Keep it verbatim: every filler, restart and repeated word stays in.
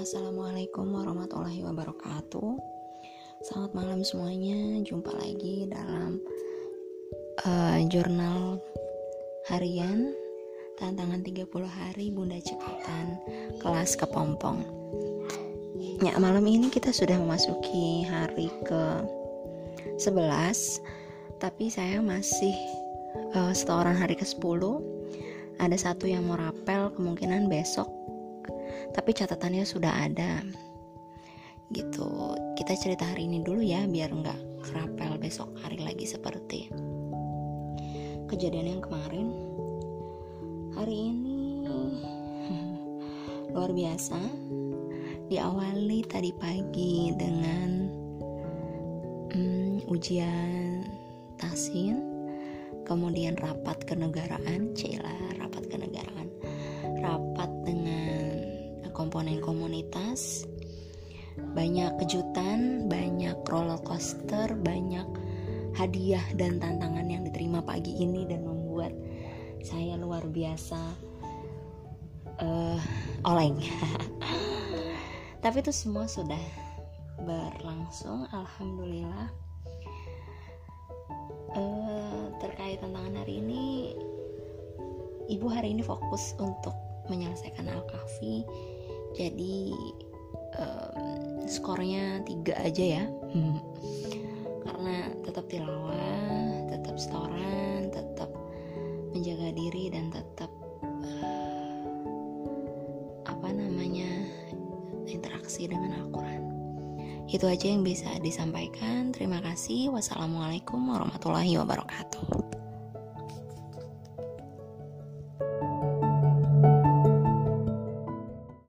Assalamualaikum warahmatullahi wabarakatuh. Selamat malam semuanya. Jumpa lagi dalam uh, jurnal harian tantangan tiga puluh hari Bunda Cekatan kelas kepompong. Ya, malam ini kita sudah memasuki hari ke sebelas, tapi saya masih uh, setoran hari ke sepuluh. Ada satu yang mau rapel kemungkinan besok, tapi catatannya sudah ada gitu. Kita cerita hari ini dulu ya, biar nggak kerapel besok hari lagi seperti kejadian yang kemarin. Hari ini luar biasa. Diawali tadi pagi dengan hmm, ujian tasin, kemudian rapat kenegaraan, cila rapat kenegaraan, rapat dengan komponen komunitas, banyak kejutan, banyak roller coaster, banyak hadiah dan tantangan yang diterima pagi ini dan membuat saya luar biasa uh, oleng. Tapi itu semua sudah berlangsung, alhamdulillah. Uh, terkait tantangan hari ini, ibu hari ini fokus untuk menyelesaikan Al-Kahfi. Jadi um, skornya tiga aja ya. Karena tetap tilawah, tetap setoran, tetap menjaga diri, dan tetap uh, apa namanya interaksi dengan Al-Quran. Itu aja yang bisa disampaikan. Terima kasih. Wassalamualaikum warahmatullahi wabarakatuh.